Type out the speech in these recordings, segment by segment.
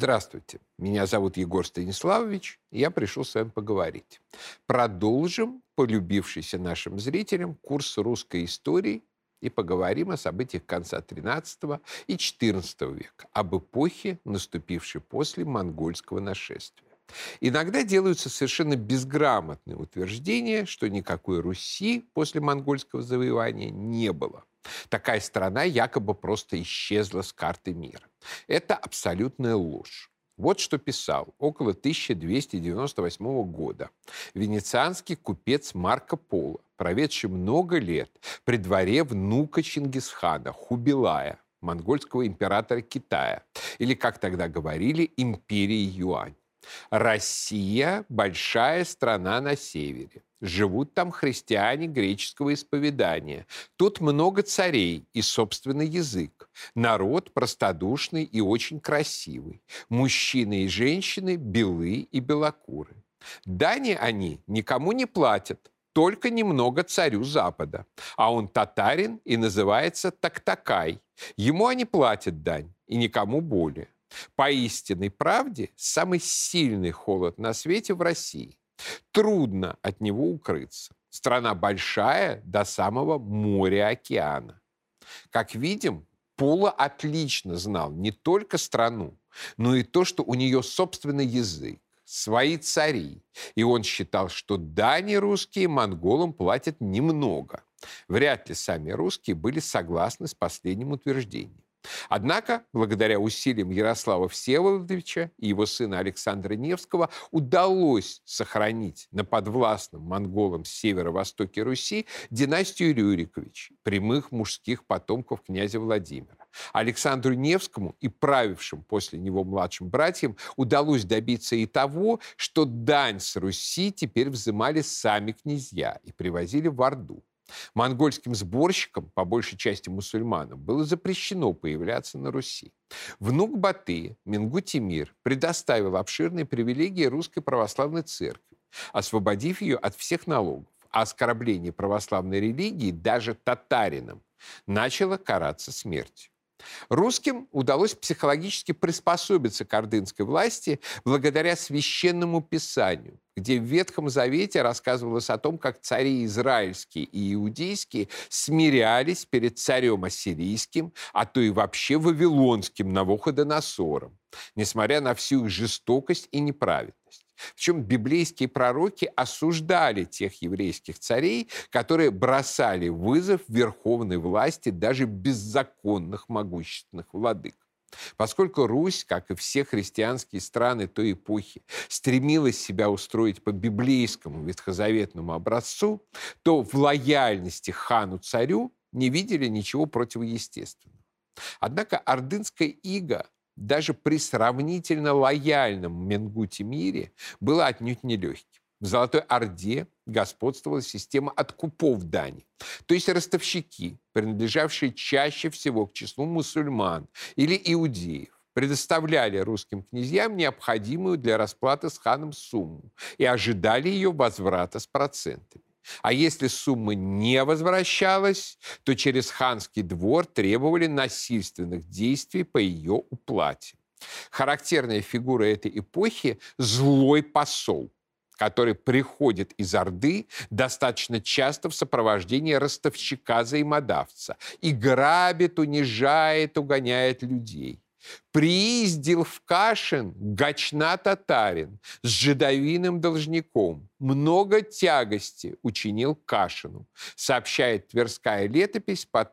Здравствуйте, меня зовут Егор Станиславович, и я пришел с вами поговорить. Продолжим полюбившийся нашим зрителям курс русской истории и поговорим о событиях конца XIII и XIV века, об эпохе, наступившей после монгольского нашествия. Иногда делаются совершенно безграмотные утверждения, что никакой Руси после монгольского завоевания не было. Такая страна якобы просто исчезла с карты мира. Это абсолютная ложь. Вот что писал около 1298 года венецианский купец Марко Поло, проведший много лет при дворе внука Чингисхана Хубилая, монгольского императора Китая, или, как тогда говорили, империи Юань. Россия – большая страна на севере. Живут там христиане греческого исповедания. Тут много царей и собственный язык. Народ простодушный и очень красивый. Мужчины и женщины белы и белокуры. Дани они никому не платят, только немного царю Запада. А он татарин и называется Тактакай. Ему они платят дань, и никому более. По истинной правде, самый сильный холод на свете в России. Трудно от него укрыться. Страна большая до самого моря-океана. Как видим, Поло отлично знал не только страну, но и то, что у нее собственный язык, свои цари. И он считал, что дани русские монголам платят немного. Вряд ли сами русские были согласны с последним утверждением. Однако, благодаря усилиям Ярослава Всеволодовича и его сына Александра Невского удалось сохранить на подвластном монголам северо-востоке Руси династию Рюриковичей, прямых мужских потомков князя Владимира. Александру Невскому и правившим после него младшим братьям удалось добиться и того, что дань с Руси теперь взымали сами князья и привозили в Орду. Монгольским сборщикам, по большей части мусульманам, было запрещено появляться на Руси. Внук Батыя, Менгу Тимир, предоставил обширные привилегии Русской Православной Церкви, освободив ее от всех налогов, а оскорбление православной религии даже татаринам начало караться смертью. Русским удалось психологически приспособиться к ордынской власти благодаря священному писанию, где в Ветхом Завете рассказывалось о том, как цари израильские и иудейские смирялись перед царем ассирийским, а то и вообще вавилонским Навуходоносором, несмотря на всю их жестокость и неправедность. Причем библейские пророки осуждали тех еврейских царей, которые бросали вызов верховной власти даже беззаконных могущественных владык. Поскольку Русь, как и все христианские страны той эпохи, стремилась себя устроить по библейскому ветхозаветному образцу, то в лояльности хану-царю не видели ничего противоестественного. Однако ордынская ига даже при сравнительно лояльном Менгу Тимире было отнюдь нелегким. В Золотой Орде господствовала система откупов дани, то есть ростовщики, принадлежавшие чаще всего к числу мусульман или иудеев, предоставляли русским князьям необходимую для расплаты с ханом сумму и ожидали ее возврата с процентами. А если сумма не возвращалась, то через ханский двор требовали насильственных действий по ее уплате. Характерная фигура этой эпохи – злой посол, который приходит из Орды достаточно часто в сопровождении ростовщика-взаимодавца и грабит, унижает, угоняет людей. Прииздил в Кашин гачна татарин с жидовиным должником. Много тягости учинил Кашину, сообщает Тверская летопись по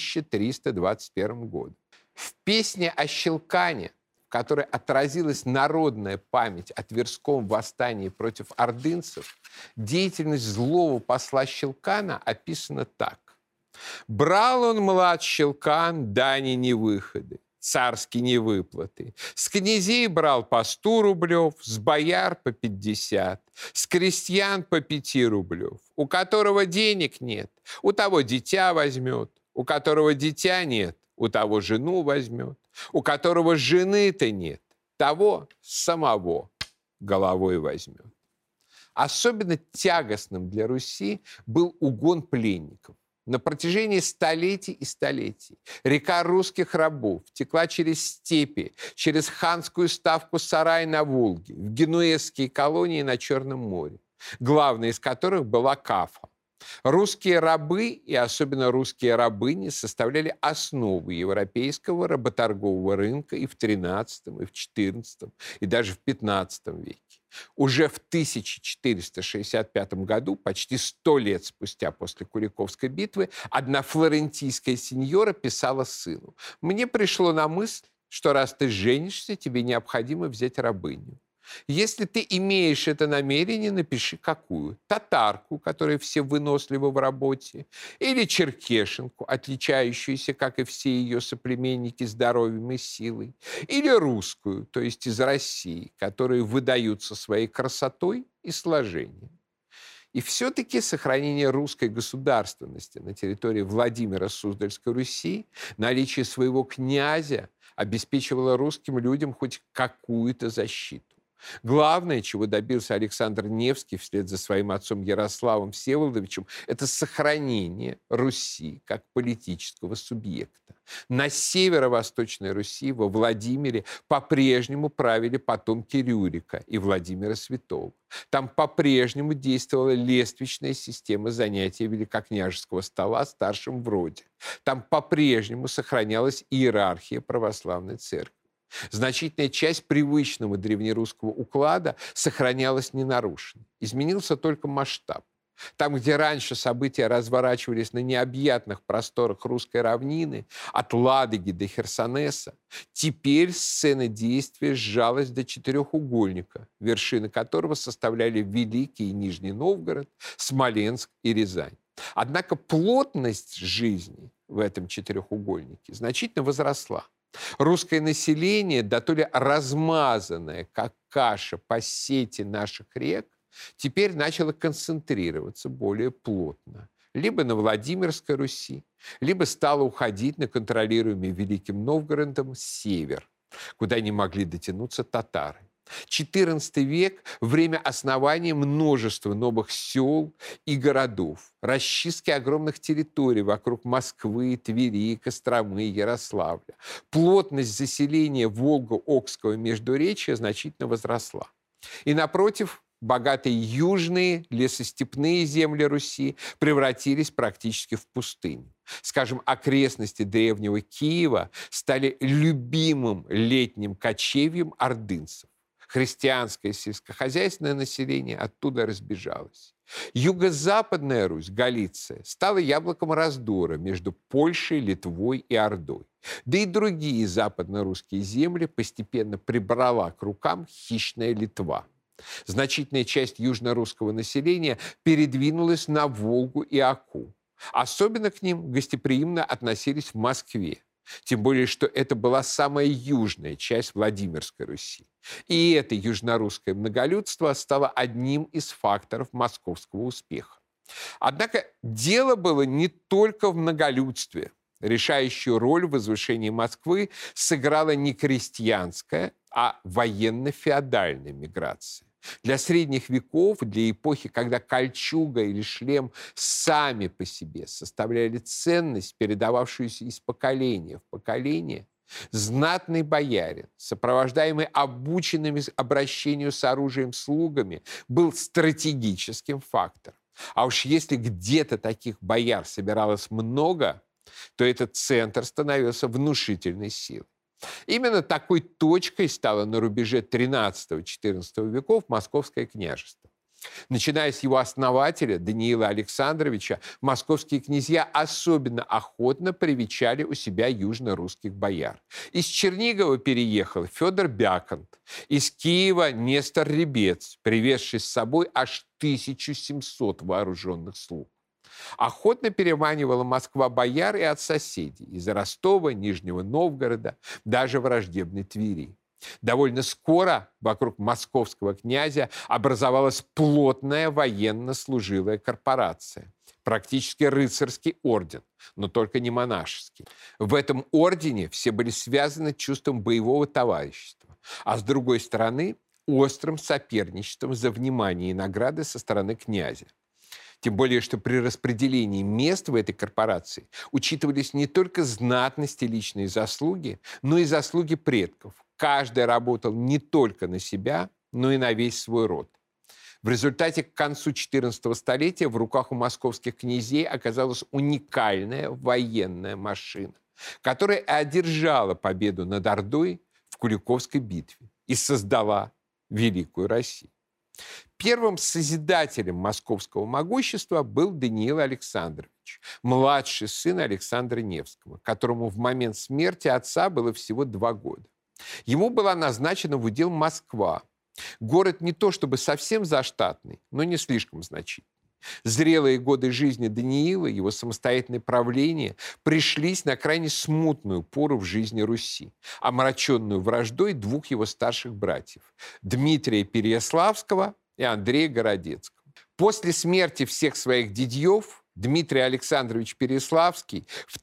1321 году. В песне о Щелкане, в которой отразилась народная память о Тверском восстании против ордынцев, деятельность злого посла Щелкана описана так. «Брал он, млад Щелкан, дани невыходы, царские невыплаты. С князей брал по 100 рублев, с бояр по 50, с крестьян по 5 рублев. У которого денег нет, у того дитя возьмет, у которого дитя нет, у того жену возьмет, у которого жены-то нет, того самого головой возьмет». Особенно тягостным для Руси был угон пленников. На протяжении столетий и столетий река русских рабов текла через степи, через ханскую ставку Сарай на Волге, в генуэзские колонии на Черном море, главной из которых была Кафа. Русские рабы и особенно русские рабыни составляли основу европейского работоргового рынка и в XIII, и в XIV, и даже в XV веке. Уже в 1465 году, почти 100 лет спустя после Куликовской битвы, одна флорентийская сеньора писала сыну: «Мне пришло на мысль, что раз ты женишься, тебе необходимо взять рабыню. Если ты имеешь это намерение, напиши какую. Татарку, которая все выносливы в работе, или черкешенку, отличающуюся, как и все ее соплеменники, здоровьем и силой, или русскую, то есть из России, которые выдаются своей красотой и сложением». И все-таки сохранение русской государственности на территории Владимира Суздальской Руси, наличие своего князя обеспечивало русским людям хоть какую-то защиту. Главное, чего добился Александр Невский вслед за своим отцом Ярославом Всеволодовичем, это сохранение Руси как политического субъекта. На северо-восточной Руси, во Владимире, по-прежнему правили потомки Рюрика и Владимира Святого. Там по-прежнему действовала лествичная система занятия великокняжеского стола старшим в роде. Там по-прежнему сохранялась иерархия православной церкви. Значительная часть привычного древнерусского уклада сохранялась ненарушенной. Изменился только масштаб. Там, где раньше события разворачивались на необъятных просторах русской равнины, от Ладоги до Херсонеса, теперь сцена действия сжалась до четырехугольника, вершины которого составляли Великий и Нижний Новгород, Смоленск и Рязань. Однако плотность жизни в этом четырехугольнике значительно возросла. Русское население, да то ли размазанное, как каша по сети наших рек, теперь начало концентрироваться более плотно. Либо на Владимирской Руси, либо стало уходить на контролируемый Великим Новгородом север, куда не могли дотянуться татары. XIV век – время основания множества новых сел и городов, расчистки огромных территорий вокруг Москвы, Твери, Костромы, Ярославля. Плотность заселения Волго-Окского междуречия значительно возросла. И, напротив, богатые южные лесостепные земли Руси превратились практически в пустыню. Скажем, окрестности древнего Киева стали любимым летним кочевьем ордынцев. Христианское сельскохозяйственное население оттуда разбежалось. Юго-западная Русь, Галиция, стала яблоком раздора между Польшей, Литвой и Ордой. Да и другие западно-русские земли постепенно прибрала к рукам хищная Литва. Значительная часть южно-русского населения передвинулась на Волгу и Оку. Особенно к ним гостеприимно относились в Москве. Тем более, что это была самая южная часть Владимирской Руси. И это южнорусское многолюдство стало одним из факторов московского успеха. Однако дело было не только в многолюдстве. Решающую роль в возвышении Москвы сыграла не крестьянская, а военно-феодальная миграция. Для средних веков, для эпохи, когда кольчуга или шлем сами по себе составляли ценность, передававшуюся из поколения в поколение, знатный боярин, сопровождаемый обученными обращению с оружием слугами, был стратегическим фактором. А уж если где-то таких бояр собиралось много, то этот центр становился внушительной силой. Именно такой точкой стало на рубеже XIII-XIV веков Московское княжество. Начиная с его основателя Даниила Александровича, московские князья особенно охотно привечали у себя южно-русских бояр. Из Чернигова переехал Федор Бяконт, из Киева Нестор Ребец, привезший с собой аж 1700 вооруженных слуг. Охотно переманивала Москва бояр и от соседей, из Ростова, Нижнего Новгорода, даже враждебной Твери. Довольно скоро вокруг московского князя образовалась плотная военно-служилая корпорация, практически рыцарский орден, но только не монашеский. В этом ордене все были связаны чувством боевого товарищества, а с другой стороны – острым соперничеством за внимание и награды со стороны князя. Тем более, что при распределении мест в этой корпорации учитывались не только знатность и личные заслуги, но и заслуги предков. Каждый работал не только на себя, но и на весь свой род. В результате к концу XIV столетия в руках у московских князей оказалась уникальная военная машина, которая одержала победу над Ордой в Куликовской битве и создала Великую Россию. Первым созидателем московского могущества был Даниил Александрович, младший сын Александра Невского, которому в момент смерти отца было всего 2 года. Ему была назначена в удел Москва. Город не то чтобы совсем заштатный, но не слишком значительный. Зрелые годы жизни Даниила, его самостоятельное правление пришлись на крайне смутную пору в жизни Руси, омраченную враждой 2 его старших братьев – Дмитрия Переяславского и Андрея Городецкого. После смерти всех своих дядьев Дмитрий Александрович Переяславский в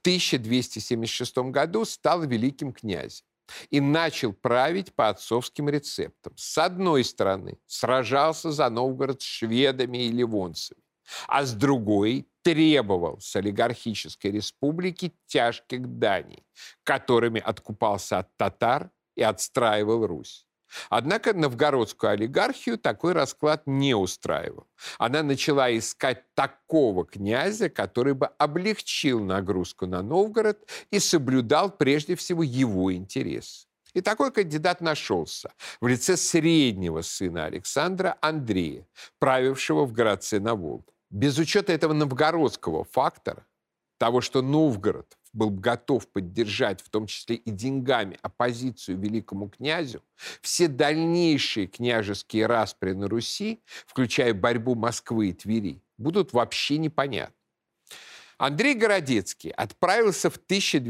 1276 году стал великим князем и начал править по отцовским рецептам. С одной стороны, сражался за Новгород с шведами и ливонцами, а с другой требовал с олигархической республики тяжких даний, которыми откупался от татар и отстраивал Русь. Однако новгородскую олигархию такой расклад не устраивал. Она начала искать такого князя, который бы облегчил нагрузку на Новгород и соблюдал прежде всего его интересы. И такой кандидат нашелся в лице среднего сына Александра Андрея, правившего в городце на Волге. Без учета этого новгородского фактора, того, что Новгород был готов поддержать, в том числе и деньгами, оппозицию великому князю, все дальнейшие княжеские распри на Руси, включая борьбу Москвы и Твери, будут вообще непонятны. Андрей Городецкий отправился в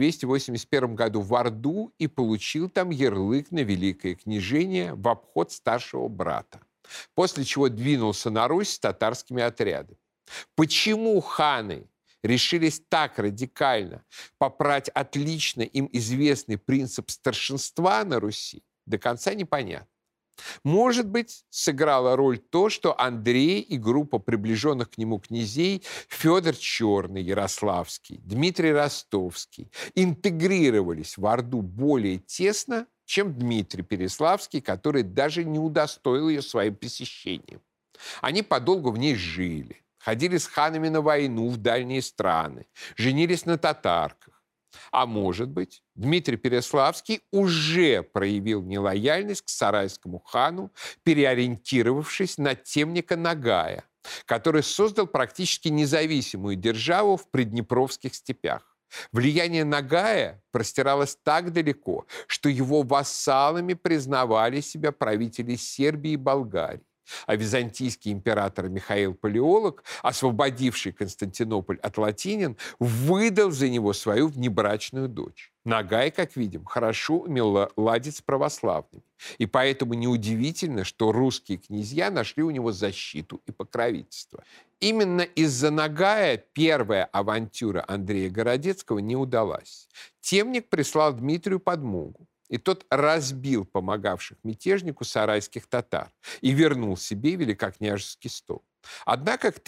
1281 году в Орду и получил там ярлык на великое княжение в обход старшего брата, после чего двинулся на Русь с татарскими отрядами. Почему ханы решились так радикально попрать отлично им известный принцип старшинства на Руси, до конца непонятно. Может быть, сыграла роль то, что Андрей и группа приближенных к нему князей Федор Черный, Ярославский, Дмитрий Ростовский интегрировались в Орду более тесно, чем Дмитрий Переславский, который даже не удостоил ее своим посещением. Они подолгу в ней жили, ходили с ханами на войну в дальние страны, женились на татарках. А может быть, Дмитрий Переславский уже проявил нелояльность к сарайскому хану, переориентировавшись на темника Нагая, который создал практически независимую державу в приднепровских степях. Влияние Нагая простиралось так далеко, что его вассалами признавали себя правители Сербии и Болгарии. А византийский император Михаил Палеолог, освободивший Константинополь от латинян, выдал за него свою внебрачную дочь. Нагай, как видим, хорошо умел ладить с православными. И поэтому неудивительно, что русские князья нашли у него защиту и покровительство. Именно из-за Нагая первая авантюра Андрея Городецкого не удалась. Темник прислал Дмитрию подмогу, и тот разбил помогавших мятежнику сарайских татар и вернул себе великокняжеский стол. Однако к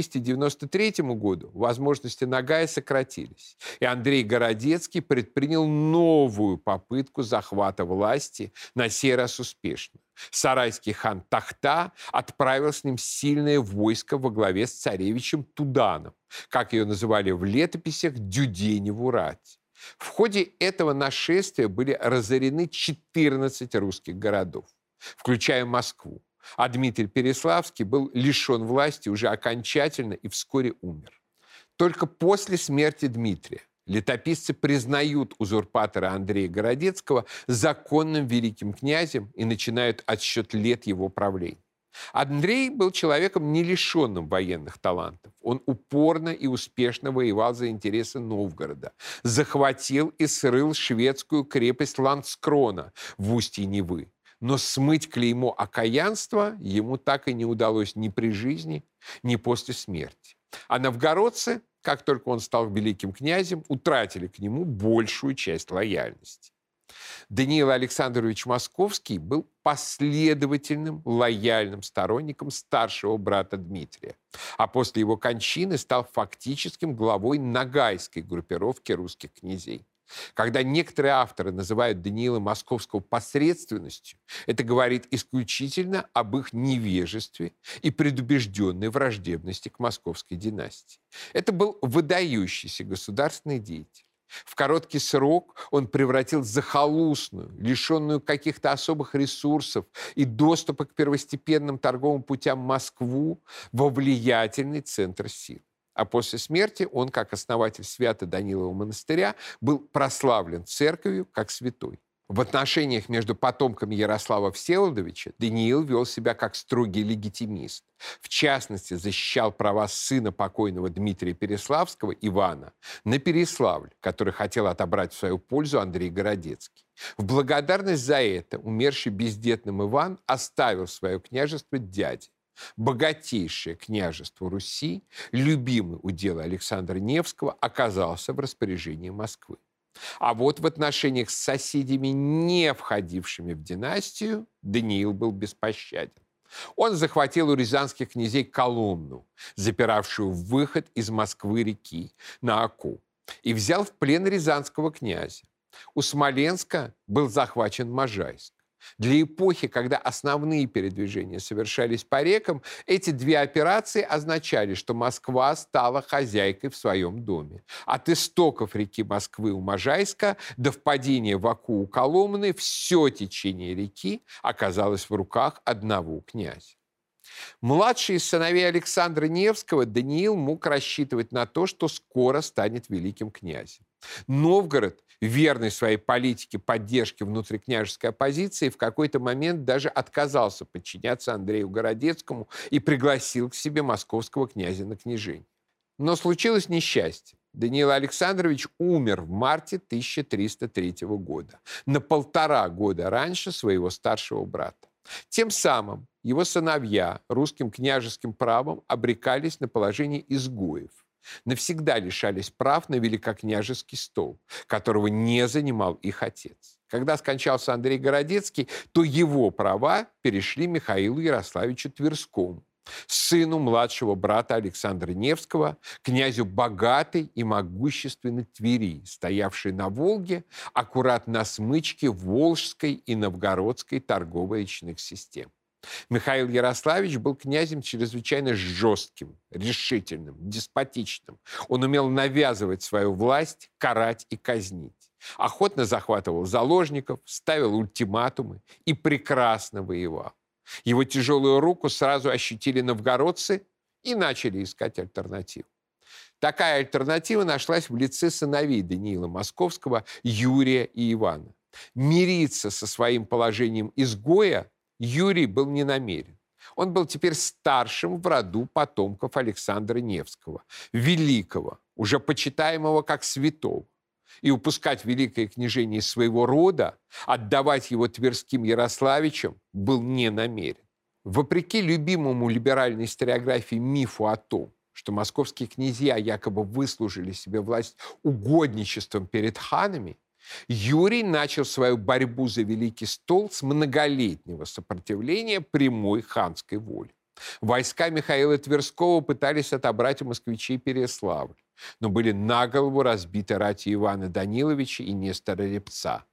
1293 году возможности Нагая сократились, и Андрей Городецкий предпринял новую попытку захвата власти, на сей раз успешно. Сарайский хан Тахта отправил с ним сильное войско во главе с царевичем Туданом, как ее называли в летописях Дюденеву рать. В ходе этого нашествия были разорены 14 русских городов, включая Москву, а Дмитрий Переславский был лишен власти уже окончательно и вскоре умер. Только после смерти Дмитрия летописцы признают узурпатора Андрея Городецкого законным великим князем и начинают отсчет лет его правления. Андрей был человеком, не лишенным военных талантов. Он упорно и успешно воевал за интересы Новгорода, захватил и срыл шведскую крепость Ландскрона в устье Невы. Но смыть клеймо окаянства ему так и не удалось ни при жизни, ни после смерти. А новгородцы, как только он стал великим князем, утратили к нему большую часть лояльности. Даниил Александрович Московский был последовательным, лояльным сторонником старшего брата Дмитрия, а после его кончины стал фактическим главой ногайской группировки русских князей. Когда некоторые авторы называют Даниила Московского посредственностью, это говорит исключительно об их невежестве и предубежденной враждебности к московской династии. Это был выдающийся государственный деятель. В короткий срок он превратил захолустную, лишенную каких-то особых ресурсов и доступа к первостепенным торговым путям Москву во влиятельный центр сил. А после смерти он, как основатель Свято-Данилового монастыря, был прославлен церковью как святой. В отношениях между потомками Ярослава Всеволодовича Даниил вел себя как строгий легитимист. В частности, защищал права сына покойного Дмитрия Переславского, Ивана, на Переславль, который хотел отобрать в свою пользу Андрей Городецкий. В благодарность за это умерший бездетным Иван оставил свое княжество дяде. Богатейшее княжество Руси, любимый удел Александра Невского, оказался в распоряжении Москвы. А вот в отношениях с соседями, не входившими в династию, Даниил был беспощаден. Он захватил у рязанских князей Коломну, запиравшую выход из Москвы-реки на Оку, и взял в плен рязанского князя. У Смоленска был захвачен Можайск. Для эпохи, когда основные передвижения совершались по рекам, эти две операции означали, что Москва стала хозяйкой в своем доме. От истоков реки Москвы у Можайска до впадения в Оку у Коломны все течение реки оказалось в руках одного князя. Младший из сыновей Александра Невского Даниил мог рассчитывать на то, что скоро станет великим князем. Новгород, верный своей политике поддержки внутрикняжеской оппозиции, в какой-то момент даже отказался подчиняться Андрею Городецкому и пригласил к себе московского князя на княжение. Но случилось несчастье. Даниил Александрович умер в марте 1303 года, на 1,5 года раньше своего старшего брата. Тем самым его сыновья русским княжеским правом обрекались на положение изгоев, навсегда лишались прав на великокняжеский стол, которого не занимал их отец. Когда скончался Андрей Городецкий, то его права перешли Михаилу Ярославичу Тверскому, сыну младшего брата Александра Невского, князю богатой и могущественной Твери, стоявшей на Волге, аккурат на смычке Волжской и Новгородской торгово-речных систем. Михаил Ярославич был князем чрезвычайно жестким, решительным, деспотичным. Он умел навязывать свою власть, карать и казнить. Охотно захватывал заложников, ставил ультиматумы и прекрасно воевал. Его тяжелую руку сразу ощутили новгородцы и начали искать альтернативу. Такая альтернатива нашлась в лице сыновей Даниила Московского, Юрия и Ивана. Мириться со своим положением изгоя Юрий был не намерен. Он был теперь старшим в роду потомков Александра Невского, великого, уже почитаемого как святого. И упускать великое княжение из своего рода, отдавать его тверским Ярославичам, был не намерен. Вопреки любимому либеральной историографии мифу о том, что московские князья якобы выслужили себе власть угодничеством перед ханами, Юрий начал свою борьбу за Великий стол с многолетнего сопротивления прямой ханской воле. Войска Михаила Тверского пытались отобрать у москвичей Переславль, но были наголову разбиты ратью Ивана Даниловича и Нестора Репца.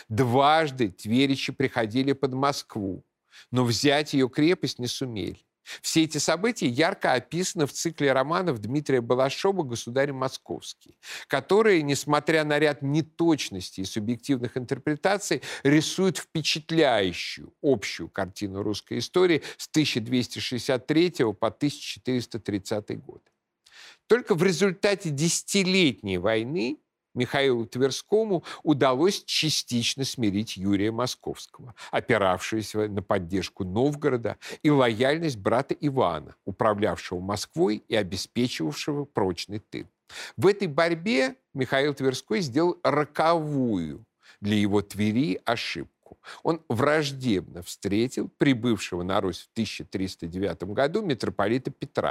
Дважды тверичи приходили под Москву, но взять ее крепость не сумели. Все эти события ярко описаны в цикле романов Дмитрия Балашова «Государь Московский», которые, несмотря на ряд неточностей и субъективных интерпретаций, рисуют впечатляющую общую картину русской истории с 1263 по 1430 год. Только в результате десятилетней войны Михаилу Тверскому удалось частично смирить Юрия Московского, опиравшегося на поддержку Новгорода, и лояльность брата Ивана, управлявшего Москвой и обеспечивавшего прочный тыл. В этой борьбе Михаил Тверской сделал роковую для его Твери ошибку. Он враждебно встретил прибывшего на Русь в 1309 году митрополита Петра.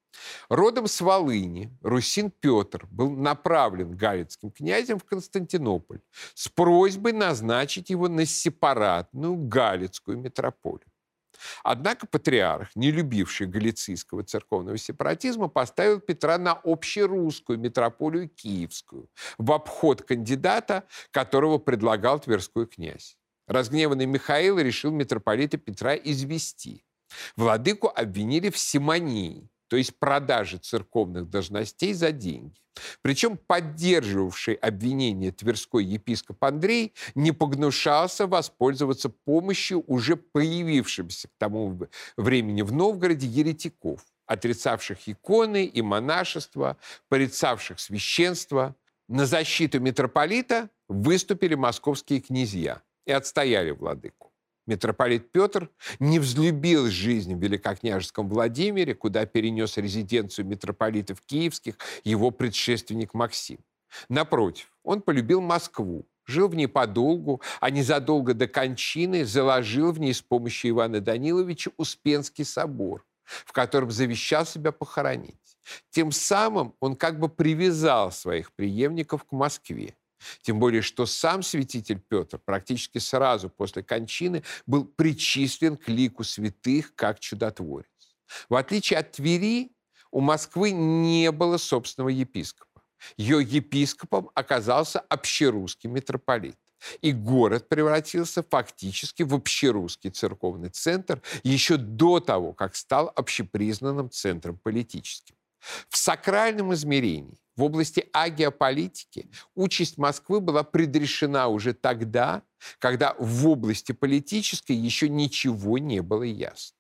Родом с Волыни Русин Петр был направлен галицким князем в Константинополь с просьбой назначить его на сепаратную галицкую митрополию. Однако патриарх, не любивший галицийского церковного сепаратизма, поставил Петра на общерусскую митрополию Киевскую в обход кандидата, которого предлагал тверской князь. Разгневанный Михаил решил митрополита Петра извести. Владыку обвинили в симонии, то есть продаже церковных должностей за деньги. Причем поддерживавший обвинение тверской епископ Андрей не погнушался воспользоваться помощью уже появившихся к тому времени в Новгороде еретиков, отрицавших иконы и монашество, порицавших священство. На защиту митрополита выступили московские князья и отстояли владыку. Митрополит Петр не взлюбил жизнь в великокняжеском Владимире, куда перенес резиденцию митрополитов киевских его предшественник Максим. Напротив, он полюбил Москву, жил в ней подолгу, а незадолго до кончины заложил в ней с помощью Ивана Даниловича Успенский собор, в котором завещал себя похоронить. Тем самым он как бы привязал своих преемников к Москве. Тем более, что сам святитель Петр практически сразу после кончины был причислен к лику святых как чудотворец. В отличие от Твери, у Москвы не было собственного епископа. Ее епископом оказался общерусский митрополит. И город превратился фактически в общерусский церковный центр еще до того, как стал общепризнанным центром политическим. В сакральном измерении, в области агеополитики, участь Москвы была предрешена уже тогда, когда в области политической еще ничего не было ясно.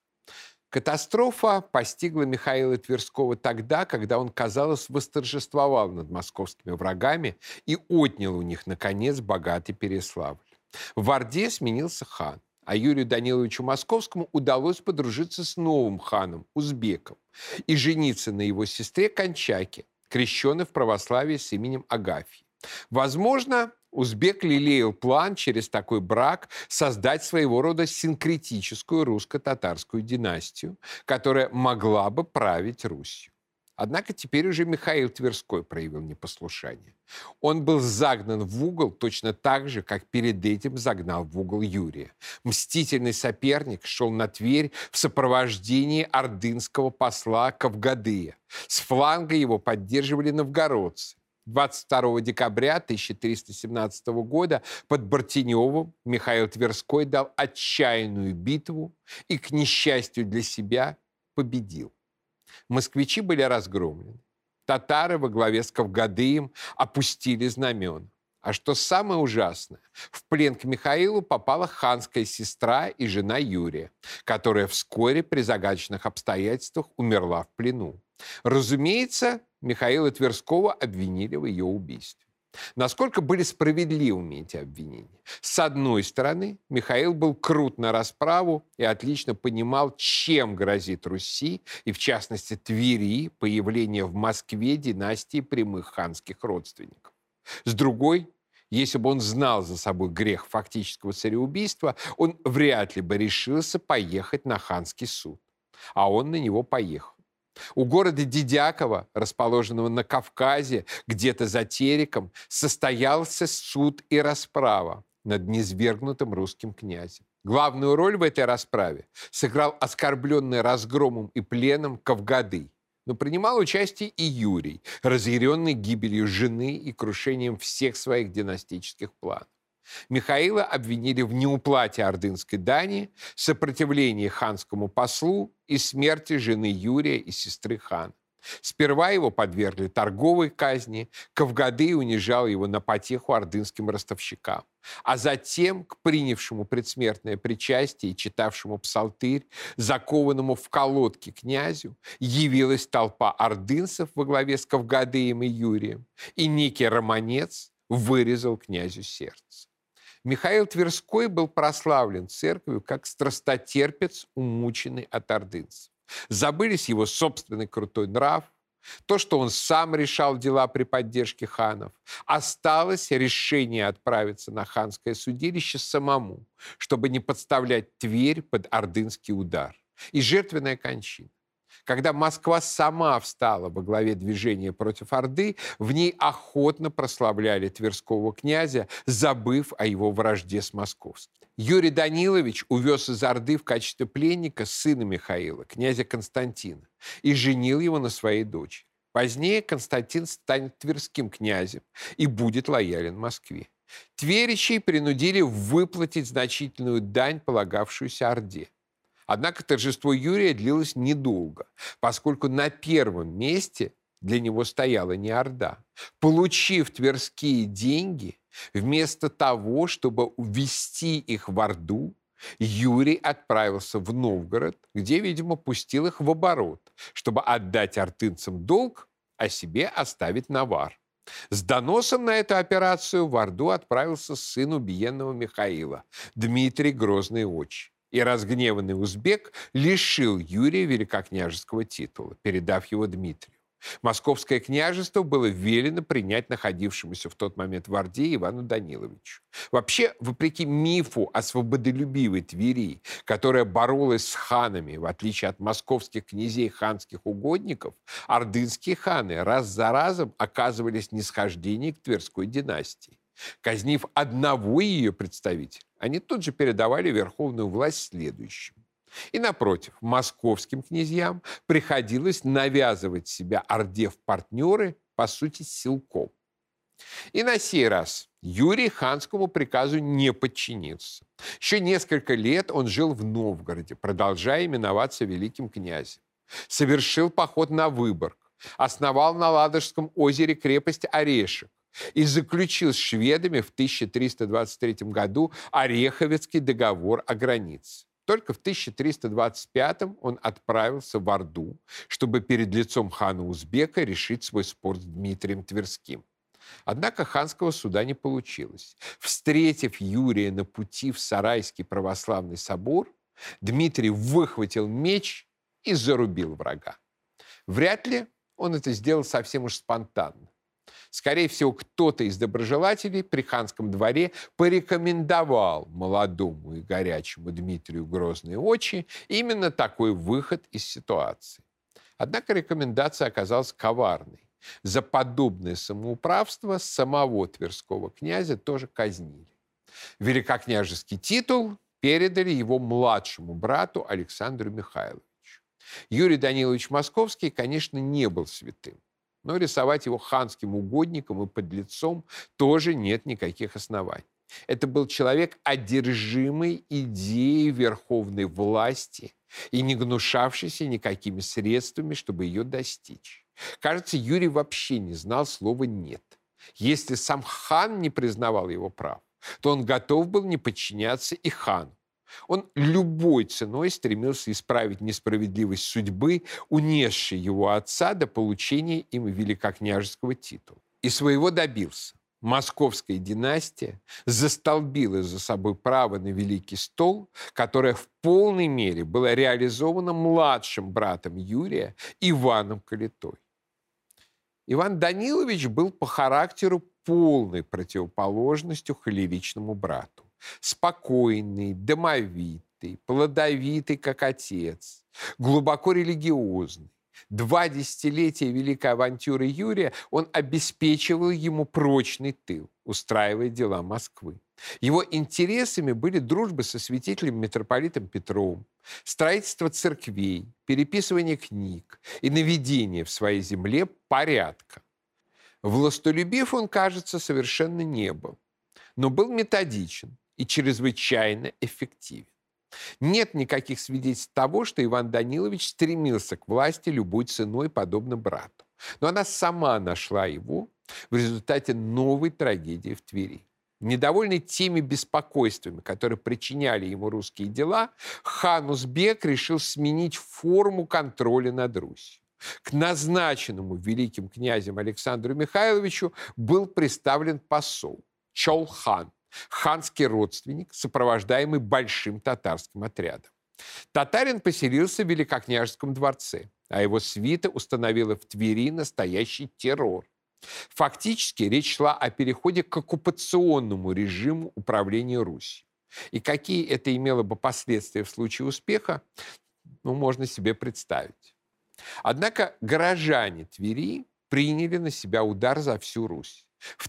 Катастрофа постигла Михаила Тверского тогда, когда он, казалось, восторжествовал над московскими врагами и отнял у них, наконец, богатый Переславль. В Орде сменился хан, а Юрию Даниловичу Московскому удалось подружиться с новым ханом, узбеком, и жениться на его сестре Кончаке, крещенной в православии с именем Агафьи. Возможно, узбек лелеял план через такой брак создать своего рода синкретическую русско-татарскую династию, которая могла бы править Русью. Однако теперь уже Михаил Тверской проявил непослушание. Он был загнан в угол точно так же, как перед этим загнал в угол Юрия. Мстительный соперник шел на Тверь в сопровождении ордынского посла Кавгадыя. С фланга его поддерживали новгородцы. 22 декабря 1317 года под Бартеневым Михаил Тверской дал отчаянную битву и, к несчастью для себя, победил. Москвичи были разгромлены. Татары во главе с Кавгадыем опустили знамена. А что самое ужасное, в плен к Михаилу попала ханская сестра и жена Юрия, которая вскоре при загадочных обстоятельствах умерла в плену. Разумеется, Михаила Тверского обвинили в ее убийстве. Насколько были справедливыми эти обвинения? С одной стороны, Михаил был крут на расправу и отлично понимал, чем грозит Руси, и в частности Твери, появление в Москве династии прямых ханских родственников. С другой, если бы он знал за собой грех фактического цареубийства, он вряд ли бы решился поехать на ханский суд. А он на него поехал. У города Дидяково, расположенного на Кавказе, где-то за Тереком, состоялся суд и расправа над низвергнутым русским князем. Главную роль в этой расправе сыграл оскорбленный разгромом и пленом Кавгадый. Но принимал участие и Юрий, разъяренный гибелью жены и крушением всех своих династических планов. Михаила обвинили в неуплате ордынской дани, сопротивлении ханскому послу и смерти жены Юрия и сестры хана. Сперва его подвергли торговой казни, Кавгадый унижал его на потеху ордынским ростовщикам, а затем к принявшему предсмертное причастие и читавшему псалтырь, закованному в колодки князю, явилась толпа ордынцев во главе с Кавгадыем и Юрием, и некий романец вырезал князю сердце. Михаил Тверской был прославлен церковью как страстотерпец, умученный от ордынцев. Забылись его собственный крутой нрав, то, что он сам решал дела при поддержке ханов. Осталось решение отправиться на ханское судилище самому, чтобы не подставлять Тверь под ордынский удар. И жертвенная кончина. Когда Москва сама встала во главе движения против Орды, в ней охотно прославляли тверского князя, забыв о его вражде с московским. Юрий Данилович увез из Орды в качестве пленника сына Михаила, князя Константина, и женил его на своей дочери. Позднее Константин станет тверским князем и будет лоялен Москве. Тверичей принудили выплатить значительную дань, полагавшуюся Орде. Однако торжество Юрия длилось недолго, поскольку на первом месте для него стояла не Орда. Получив тверские деньги, вместо того, чтобы ввести их в Орду, Юрий отправился в Новгород, где, видимо, пустил их в оборот, чтобы отдать ордынцам долг, а себе оставить навар. С доносом на эту операцию в Орду отправился сын убиенного Михаила, Дмитрий Грозный Очи. И разгневанный узбек лишил Юрия великокняжеского титула, передав его Дмитрию. Московское княжество было велено принять находившемуся в тот момент в Орде Ивану Даниловичу. Вообще, вопреки мифу о свободолюбивой Твери, которая боролась с ханами, в отличие от московских князей ханских угодников, ордынские ханы раз за разом оказывались нисхождении к Тверской династии. Казнив одного ее представителя, они тут же передавали верховную власть следующим. И, напротив, московским князьям приходилось навязывать себя Орде в партнеры, по сути, силком. И на сей раз Юрий ханскому приказу не подчинился. Еще несколько лет он жил в Новгороде, продолжая именоваться великим князем. Совершил поход на Выборг, основал на Ладожском озере крепость Орешек и заключил с шведами в 1323 году Ореховецкий договор о границе. Только в 1325 он отправился в Орду, чтобы перед лицом хана Узбека решить свой спор с Дмитрием Тверским. Однако ханского суда не получилось. Встретив Юрия на пути в Сарайский православный собор, Дмитрий выхватил меч и зарубил врага. Вряд ли он это сделал совсем уж спонтанно. Скорее всего, кто-то из доброжелателей при ханском дворе порекомендовал молодому и горячему Дмитрию Грозные Очи именно такой выход из ситуации. Однако рекомендация оказалась коварной. За подобное самоуправство самого тверского князя тоже казнили. Великокняжеский титул передали его младшему брату Александру Михайловичу. Юрий Данилович Московский, конечно, не был святым. Но рисовать его ханским угодником и подлецом тоже нет никаких оснований. Это был человек, одержимый идеей верховной власти и не гнушавшийся никакими средствами, чтобы ее достичь. Кажется, Юрий вообще не знал слова «нет». Если сам хан не признавал его прав, то он готов был не подчиняться и хану. Он любой ценой стремился исправить несправедливость судьбы, унесшей его отца до получения им великокняжеского титула. И своего добился. Московская династия застолбила за собой право на Великий стол, которое в полной мере было реализовано младшим братом Юрия Иваном Калитой. Иван Данилович был по характеру полной противоположностью холеричному брату. Спокойный, домовитый, плодовитый, как отец, глубоко религиозный. 2 десятилетия великой авантюры Юрия он обеспечивал ему прочный тыл, устраивая дела Москвы. Его интересами были дружба со святителем митрополитом Петровым, строительство церквей, переписывание книг и наведение в своей земле порядка. Властолюбив он, кажется, совершенно не был, но был методичен и чрезвычайно эффективен. Нет никаких свидетельств того, что Иван Данилович стремился к власти любой ценой, подобно брату. Но она сама нашла его в результате новой трагедии в Твери. Недовольный теми беспокойствами, которые причиняли ему русские дела, хан Узбек решил сменить форму контроля над Русью. К назначенному великим князем Александру Михайловичу был представлен посол Чолхан, ханский родственник, сопровождаемый большим татарским отрядом. Татарин поселился в Великокняжеском дворце, а его свита установила в Твери настоящий террор. Фактически речь шла о переходе к оккупационному режиму управления Русью. И какие это имело бы последствия в случае успеха, можно себе представить. Однако горожане Твери приняли на себя удар за всю Русь. В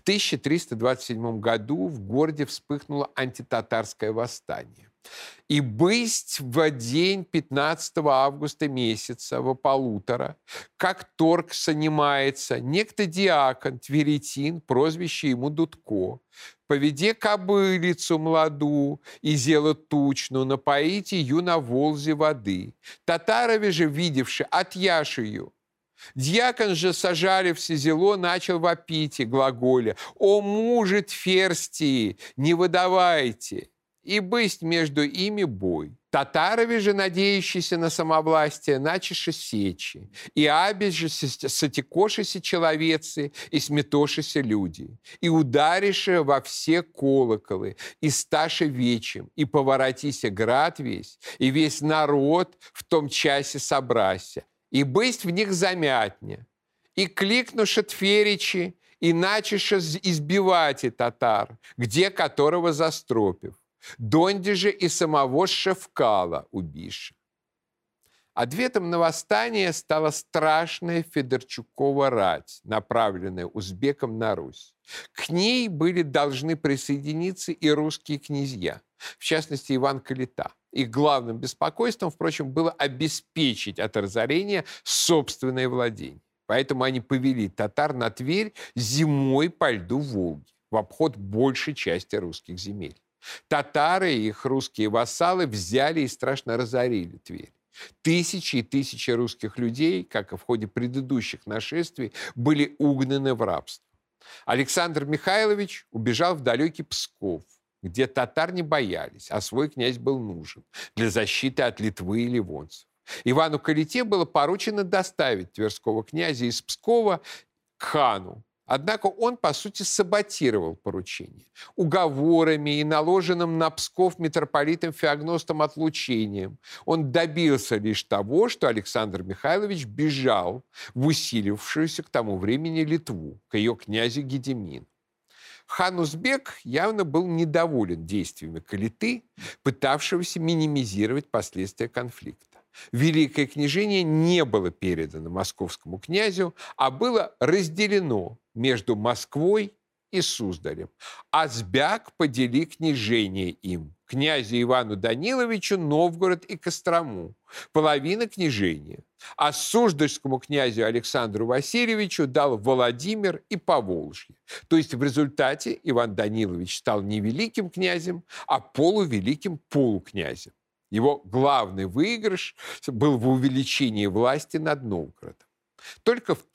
1327 году в городе вспыхнуло антитатарское восстание. И бысть в день 15 августа месяца во полутора, как торг занимается некто диакон Тверетин, прозвище ему Дудко, поведе кобылицу младу и зело тучну, напоите ее на волзе воды. Татарове же, видевши, отъяшь ее. Дьякон же, сожалився зело, начал вопить и глаголя: «О, мужи Тверстии, не выдавайте!» И бысть между ими бой. Татарове же, надеющиеся на самовластие, начаше сечи, и абе же сотекошися человецы, и сметошися люди, и ударише во все колоколы, и сташе вечем, и поворотися град весь, и весь народ в том часе собрася, и бысть в них замятня, и кликнуша Тверичи, и начаша избивать и татар, где которого застропив. Донде же и самого Шевкала убиша. Ответом на восстание стала страшная Федорчукова рать, направленная узбеком на Русь. К ней были должны присоединиться и русские князья, в частности Иван Калита. Их главным беспокойством, впрочем, было обеспечить от разорения собственное владение. Поэтому они повели татар на Тверь зимой по льду Волги, в обход большей части русских земель. Татары и их русские вассалы взяли и страшно разорили Тверь. Тысячи и тысячи русских людей, как и в ходе предыдущих нашествий, были угнаны в рабство. Александр Михайлович убежал в далекий Псков, где татар не боялись, а свой князь был нужен для защиты от Литвы и ливонцев. Ивану Калите было поручено доставить тверского князя из Пскова к хану. Однако он, по сути, саботировал поручение уговорами и наложенным на Псков митрополитом Феогностом отлучением. Он добился лишь того, что Александр Михайлович бежал в усилившуюся к тому времени Литву, к ее князю Гедемину. Хан Узбек явно был недоволен действиями Калиты, пытавшегося минимизировать последствия конфликта. Великое княжение не было передано московскому князю, а было разделено между Москвой и Суздалем. Азбяк подели княжение им, князю Ивану Даниловичу Новгород и Кострому, половина княжения, а Суздальскому князю Александру Васильевичу дал Владимир и Поволжье. То есть в результате Иван Данилович стал не великим князем, а полувеликим полукнязем. Его главный выигрыш был в увеличении власти над Новгородом. Только в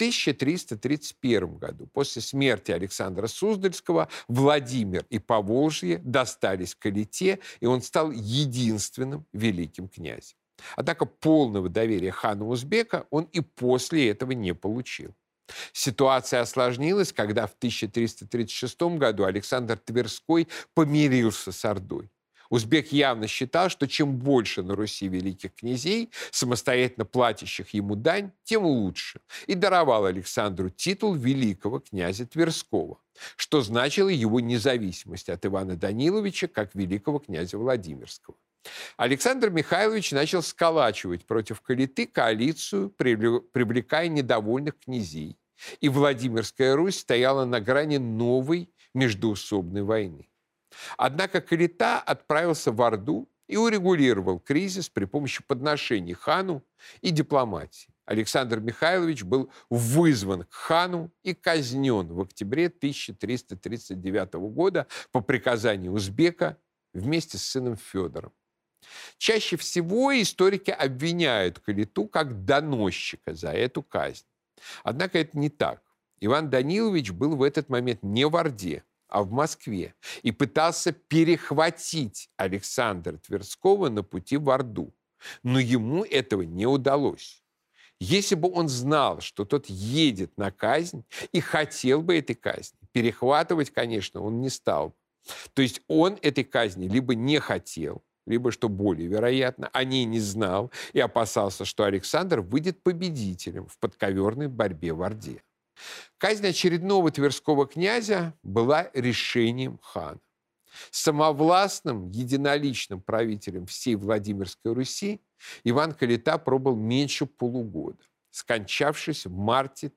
1331 году, после смерти Александра Суздальского, Владимир и Поволжье достались Калите, и он стал единственным великим князем. Однако полного доверия хана Узбека он и после этого не получил. Ситуация осложнилась, когда в 1336 году Александр Тверской помирился с Ордой. Узбек явно считал, что чем больше на Руси великих князей, самостоятельно платящих ему дань, тем лучше, и даровал Александру титул великого князя Тверского, что значило его независимость от Ивана Даниловича как великого князя Владимирского. Александр Михайлович начал сколачивать против Калиты коалицию, привлекая недовольных князей, и Владимирская Русь стояла на грани новой междоусобной войны. Однако Калита отправился в Орду и урегулировал кризис при помощи подношений хану и дипломатии. Александр Михайлович был вызван к хану и казнен в октябре 1339 года по приказанию Узбека вместе с сыном Федором. Чаще всего историки обвиняют Калиту как доносчика за эту казнь. Однако это не так. Иван Данилович был в этот момент не в Орде, а в Москве, и пытался перехватить Александра Тверского на пути в Орду. Но ему этого не удалось. Если бы он знал, что тот едет на казнь и хотел бы этой казни, перехватывать, конечно, он не стал бы. То есть он этой казни либо не хотел, либо, что более вероятно, о ней не знал и опасался, что Александр выйдет победителем в подковерной борьбе в Орде. Казнь очередного тверского князя была решением хана. Самовластным, единоличным правителем всей Владимирской Руси Иван Калита пробыл меньше полугода. скончавшись в марте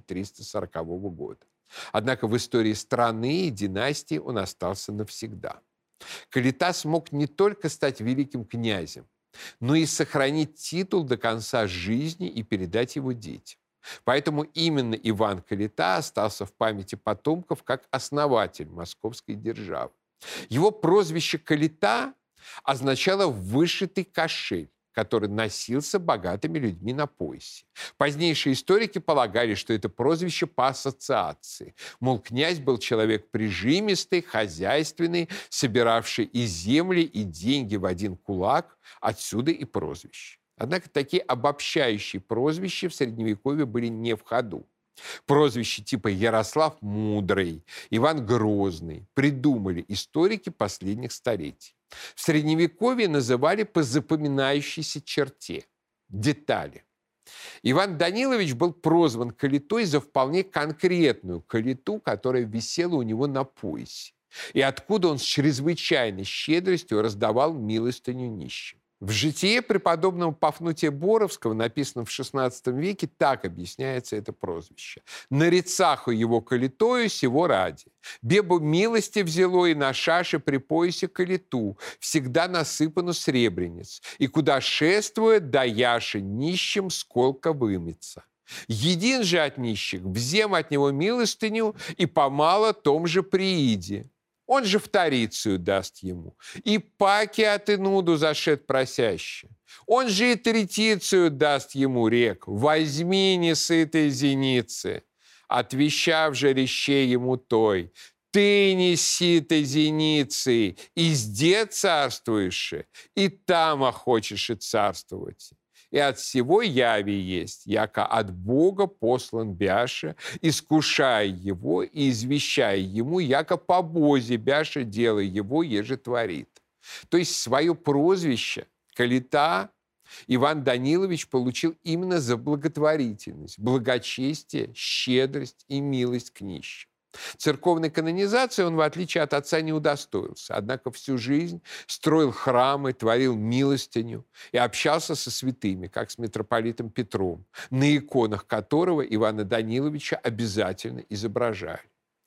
1340 года. Однако в истории страны и династии он остался навсегда. Калита смог не только стать великим князем, но и сохранить титул до конца жизни и передать его детям. Поэтому именно Иван Калита остался в памяти потомков как основатель московской державы. Его прозвище Калита означало «вышитый кошель», который носился богатыми людьми на поясе. Позднейшие историки полагали, что это прозвище по ассоциации. Мол, князь был человек прижимистый, хозяйственный, собиравший и земли, и деньги в один кулак. Отсюда и прозвище. Однако такие обобщающие прозвища в Средневековье были не в ходу. Прозвища типа Ярослав Мудрый, Иван Грозный придумали историки последних столетий. В Средневековье называли по запоминающейся черте – детали. Иван Данилович был прозван Калитой за вполне конкретную калиту, которая висела у него на поясе, и откуда он с чрезвычайной щедростью раздавал милостыню нищим. В житие преподобного Пафнутия Боровского, написанном в XVI веке, так объясняется это прозвище. «Нарицаху его калитою сего ради. Бебу милости взяло и на шаше при поясе калиту, всегда насыпану сребрениц, и куда шествует, да яше нищим сколка вымется. Един же от нищих, взем от него милостыню, и помало том же прииди. Он же вторицию даст ему. И паки от инуду зашед просяще. Он же и третицию даст ему рек. Возьми несытой зеницы. Отвещав же реще ему той. Ты неси ты зеницы, и зде царствуешь, и там охочешь и царствовать. И от всего яви есть, яко от Бога послан бяша, искушая его и извещая ему, яко по Бозе бяша делай его, еже творит». То есть свое прозвище Калита Иван Данилович получил именно за благотворительность, благочестие, щедрость и милость к нищим. Церковной канонизации он, в отличие от отца, не удостоился, однако всю жизнь строил храмы, творил милостыню и общался со святыми, как с митрополитом Петром, на иконах которого Ивана Даниловича обязательно изображали.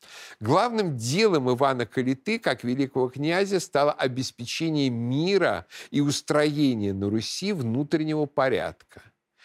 Главным делом Ивана Калиты, как великого князя, стало обеспечение мира и устроение на Руси внутреннего порядка.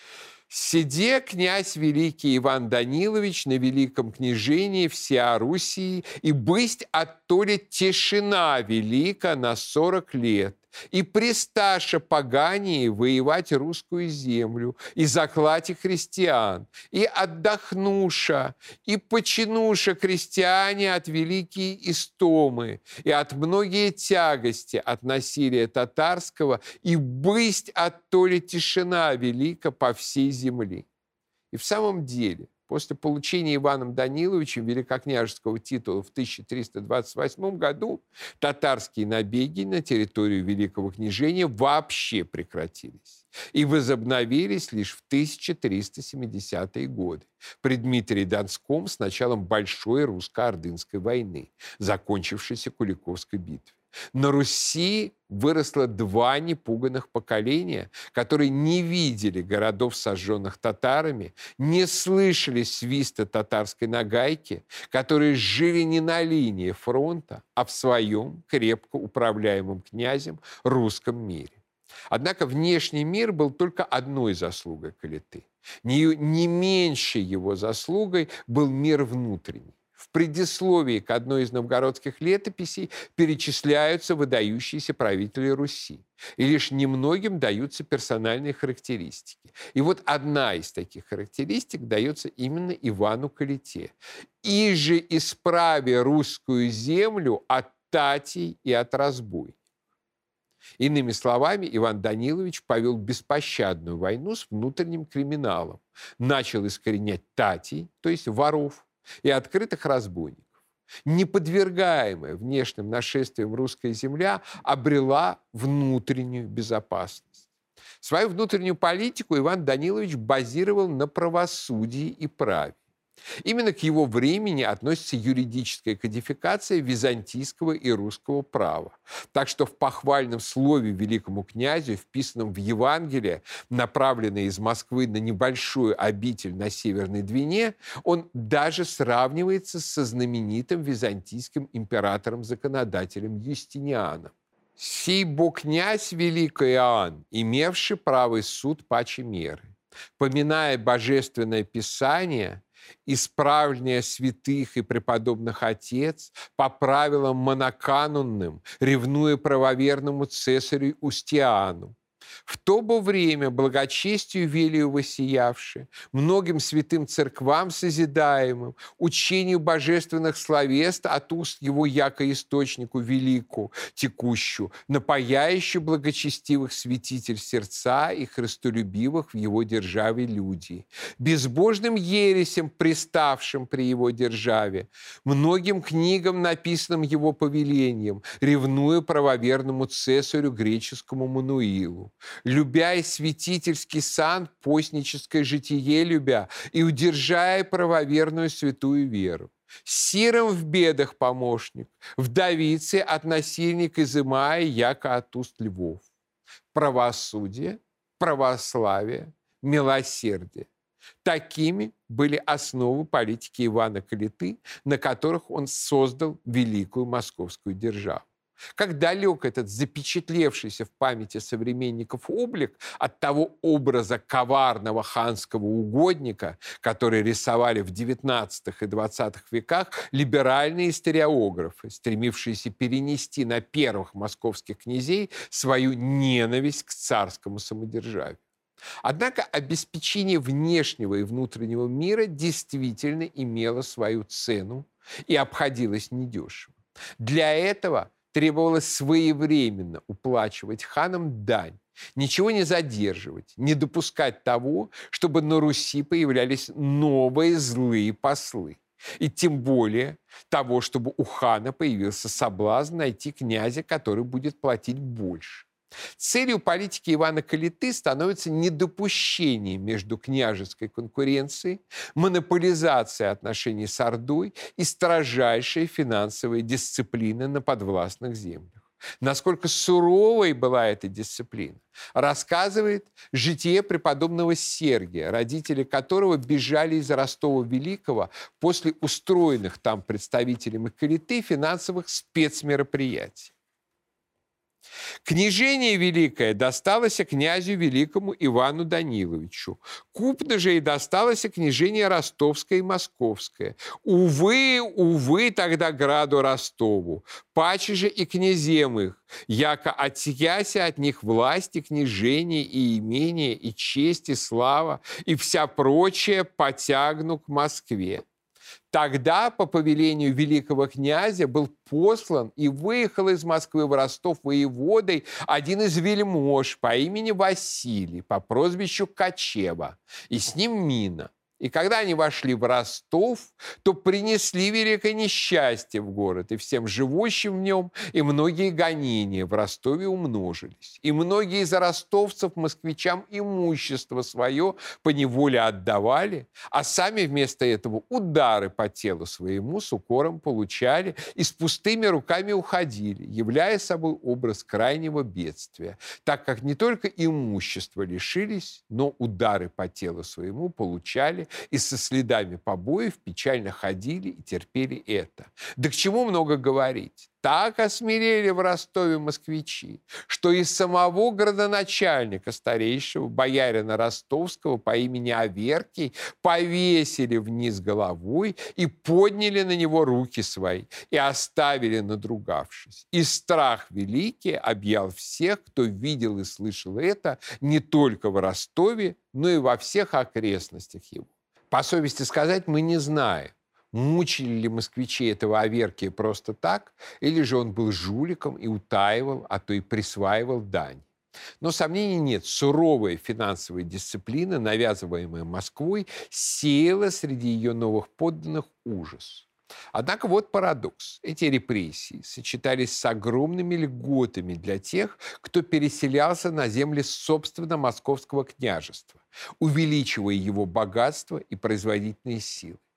«Сиде князь великий Иван Данилович на великом княжении всея Руси, и бысть оттоле тишина велика на 40 лет, и присташа погании воевать русскую землю, и заклати христиан, и отдохнуша, и починуша крестьяне от великие истомы, и от многие тягости от насилия татарского, и бысть оттоле тишина велика по всей земли». И в самом деле, после получения Иваном Даниловичем великокняжеского титула в 1328 году татарские набеги на территорию Великого княжения вообще прекратились и возобновились лишь в 1370-е годы при Дмитрии Донском с началом Большой русско-ордынской войны, закончившейся Куликовской битвой. На Руси выросло два непуганных поколения, которые не видели городов, сожженных татарами, не слышали свиста татарской нагайки, которые жили не на линии фронта, а в своем крепко управляемом князем русском мире. Однако внешний мир был только одной заслугой Калиты. Не меньшей его заслугой был мир внутренний. В предисловии к одной из новгородских летописей перечисляются выдающиеся правители Руси, и лишь немногим даются персональные характеристики. И вот одна из таких характеристик дается именно Ивану Калите. «Иже исправи русскую землю от татей и от разбойников». Иными словами, Иван Данилович повел беспощадную войну с внутренним криминалом, начал искоренять татей, то есть воров, и открытых разбойников. Неподвергаемая внешним нашествиям русская земля обрела внутреннюю безопасность. Свою внутреннюю политику Иван Данилович базировал на правосудии и праве. Именно к его времени относится юридическая кодификация византийского и русского права. Так что в похвальном слове великому князю, вписанном в Евангелие, направленное из Москвы на небольшую обитель на Северной Двине, он даже сравнивается со знаменитым византийским императором-законодателем Юстинианом. «Сей бо князь великий Иоанн, имевший правый суд паче меры, поминая божественное писание, исправление святых и преподобных отец по правилам моноканонным, ревнуя правоверному цесарю Устиану. В то бы время благочестию велию воссиявши, многим святым церквам созидаемым, учению божественных словес от уст его яко источнику велику, текущую, напаяющую благочестивых святитель сердца и христолюбивых в его державе люди, безбожным ересем, приставшим при его державе, многим книгам, написанным его повелением, ревнуя правоверному цесарю греческому Мануилу, любя и святительский сан, постническое житие любя, и удержая правоверную святую веру. Сиром в бедах помощник, вдовице от насильника изымая, яко от уст львов. Правосудие, православие, милосердие. Такими были основы политики Ивана Калиты, на которых он создал великую московскую державу. Как далек этот запечатлевшийся в памяти современников облик от того образа коварного ханского угодника, который рисовали в XIX и XX веках либеральные историографы, стремившиеся перенести на первых московских князей свою ненависть к царскому самодержавию. Однако обеспечение внешнего и внутреннего мира действительно имело свою цену и обходилось недешево. Для этого требовалось своевременно уплачивать ханам дань, ничего не задерживать, не допускать того, чтобы на Руси появлялись новые злые послы. И тем более того, чтобы у хана появился соблазн найти князя, который будет платить больше. Целью политики Ивана Калиты становится недопущение между княжеской конкуренцией, монополизация отношений с Ордой и строжайшая финансовая дисциплина на подвластных землях. Насколько суровой была эта дисциплина, рассказывает житие преподобного Сергия, родители которого бежали из Ростова-Великого после устроенных там представителями Калиты финансовых спецмероприятий. Княжение великое досталось князю великому Ивану Даниловичу. Купно же и досталось княжение ростовское и московское. Увы, тогда граду Ростову. Паче же и князем их, яко отъяся от них власти, княжение и имение, и честь, и слава, и вся прочее потягну к Москве. Тогда по повелению великого князя был послан и выехал из Москвы в Ростов воеводой один из вельмож по имени Василий, по прозвищу Кочеба, и с ним Мина. И когда они вошли в Ростов, то принесли великое несчастье в город, и всем живущим в нем, и многие гонения в Ростове умножились. И многие из ростовцев москвичам имущество свое поневоле отдавали, а сами вместо этого удары по телу своему с укором получали и с пустыми руками уходили, являя собой образ крайнего бедствия, так как не только имущества лишились, но удары по телу своему получали и со следами побоев печально ходили и терпели это. Да к чему много говорить? Так осмелели в Ростове москвичи, что и самого градоначальника старейшего, боярина ростовского по имени Аверкий, повесили вниз головой и подняли на него руки свои и оставили, надругавшись. И страх великий объял всех, кто видел и слышал это не только в Ростове, но и во всех окрестностях его. По совести сказать, мы не знаем, мучили ли москвичи этого Аверкия просто так, или же он был жуликом и утаивал, а то и присваивал дань. Но сомнений нет, суровая финансовая дисциплина, навязываемая Москвой, сеяла среди ее новых подданных ужас. Однако вот парадокс. Эти репрессии сочетались с огромными льготами для тех, кто переселялся на земли собственно Московского княжества, увеличивая его богатство и производительные силы.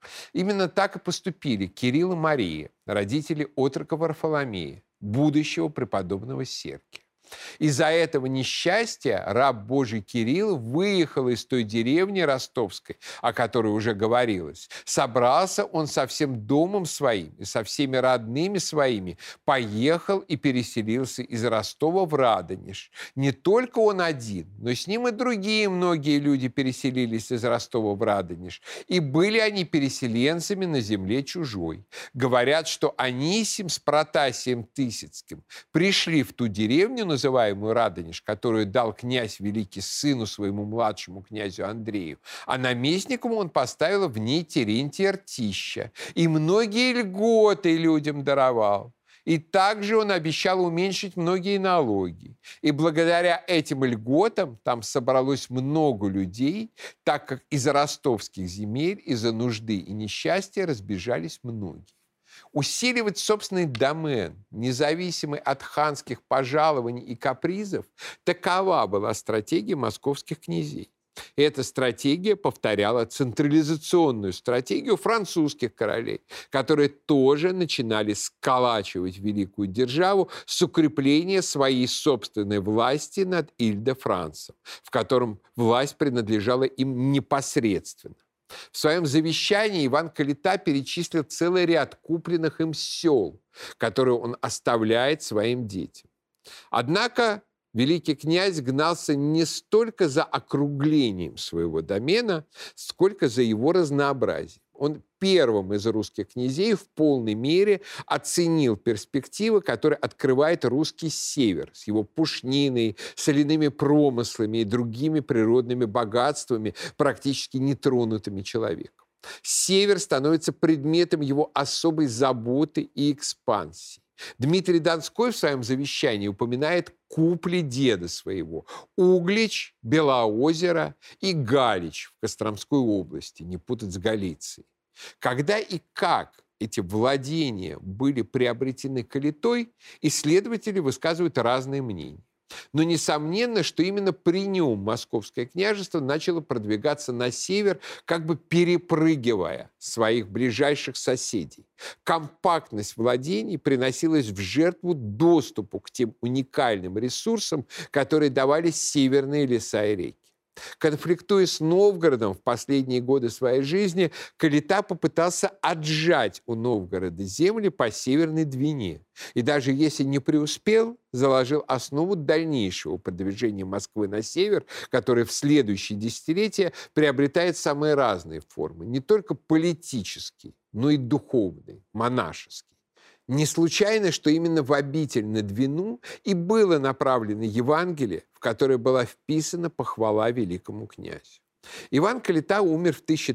Именно так и поступили Кирилл и Мария, родители отрока Варфоломея, будущего преподобного Сергия. Из-за этого несчастья раб Божий Кирилл выехал из той деревни ростовской, о которой уже говорилось. Собрался он со всем домом своим и со всеми родными своими, поехал и переселился из Ростова в Радонеж. Не только он один, но с ним и другие многие люди переселились из Ростова в Радонеж. И были они переселенцами на земле чужой. Говорят, что Анисим с Протасием Тысяцким пришли в ту деревню, называемую Радонеж, которую дал князь Великий сыну своему младшему князю Андрею, а наместником он поставил в ней Терентия Ртища, и многие льготы людям даровал. И также он обещал уменьшить многие налоги. И благодаря этим льготам там собралось много людей, так как из ростовских земель из-за нужды и несчастья разбежались многие. Усиливать собственный домен, независимый от ханских пожалований и капризов, такова была стратегия московских князей. И эта стратегия повторяла централизационную стратегию французских королей, которые тоже начинали сколачивать великую державу с укрепления своей собственной власти над Иль-де-Франсом, в котором власть принадлежала им непосредственно. В своем завещании Иван Калита перечислил целый ряд купленных им сел, которые он оставляет своим детям. Однако великий князь гнался не столько за округлением своего домена, сколько за его разнообразием. Он первым из русских князей в полной мере оценил перспективы, которые открывает русский север с его пушниной, соляными промыслами и другими природными богатствами, практически нетронутыми человеком. Север становится предметом его особой заботы и экспансии. Дмитрий Донской в своем завещании упоминает купли деда своего – Углич, Белоозеро и Галич в Костромской области, не путать с Галицией. Когда и как эти владения были приобретены Калитой, исследователи высказывают разные мнения. Но несомненно, что именно при нем Московское княжество начало продвигаться на север, как бы перепрыгивая своих ближайших соседей. Компактность владений приносилась в жертву доступу к тем уникальным ресурсам, которые давали северные леса и реки. Конфликтуя с Новгородом в последние годы своей жизни, Калита попытался отжать у Новгорода земли по Северной Двине. И даже если не преуспел, заложил основу дальнейшего продвижения Москвы на север, который в следующие десятилетия приобретает самые разные формы, не только политический, но и духовный, монашеский. Не случайно, что именно в обитель на Двину и было направлено Евангелие, в которое была вписана похвала великому князю. Иван Калита умер в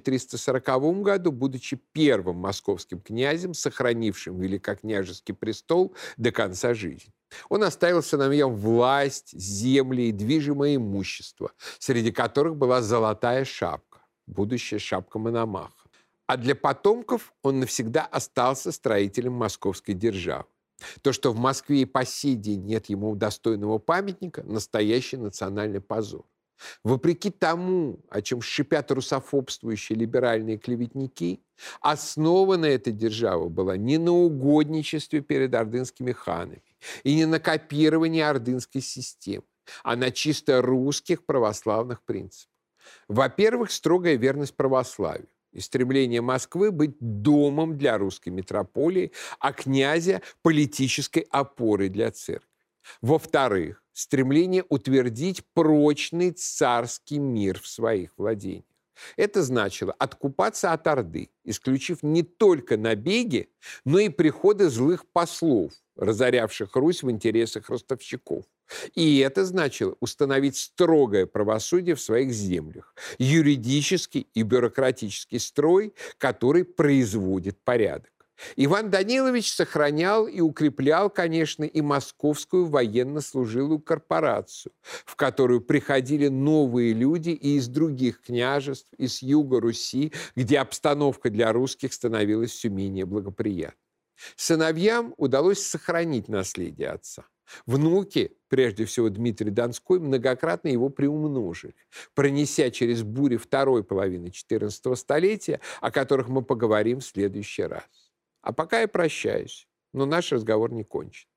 1340 году, будучи первым московским князем, сохранившим великокняжеский престол до конца жизни. Он оставил сыновьям власть, земли и движимое имущество, среди которых была золотая шапка, будущая шапка Мономаха. А для потомков он навсегда остался строителем московской державы. То, что в Москве и по сей день нет ему достойного памятника, настоящий национальный позор. Вопреки тому, о чем шипят русофобствующие либеральные клеветники, основана эта держава была не на угодничестве перед ордынскими ханами и не на копировании ордынской системы, а на чисто русских православных принципах. Во-первых, строгая верность православию и стремление Москвы быть домом для русской митрополии, а князя – политической опорой для церкви. Во-вторых, стремление утвердить прочный царский мир в своих владениях. Это значило откупаться от Орды, исключив не только набеги, но и приходы злых послов, разорявших Русь в интересах ростовщиков. И это значило установить строгое правосудие в своих землях, юридический и бюрократический строй, который производит порядок. Иван Данилович сохранял и укреплял, конечно, и Московскую военно-служилую корпорацию, в которую приходили новые люди и из других княжеств, из юга Руси, где обстановка для русских становилась все менее благоприятной. Сыновьям удалось сохранить наследие отца. Внуки, прежде всего Дмитрий Донской, многократно его приумножили, пронеся через бури второй половины XIV столетия, о которых мы поговорим в следующий раз. А пока я прощаюсь, но наш разговор не кончен.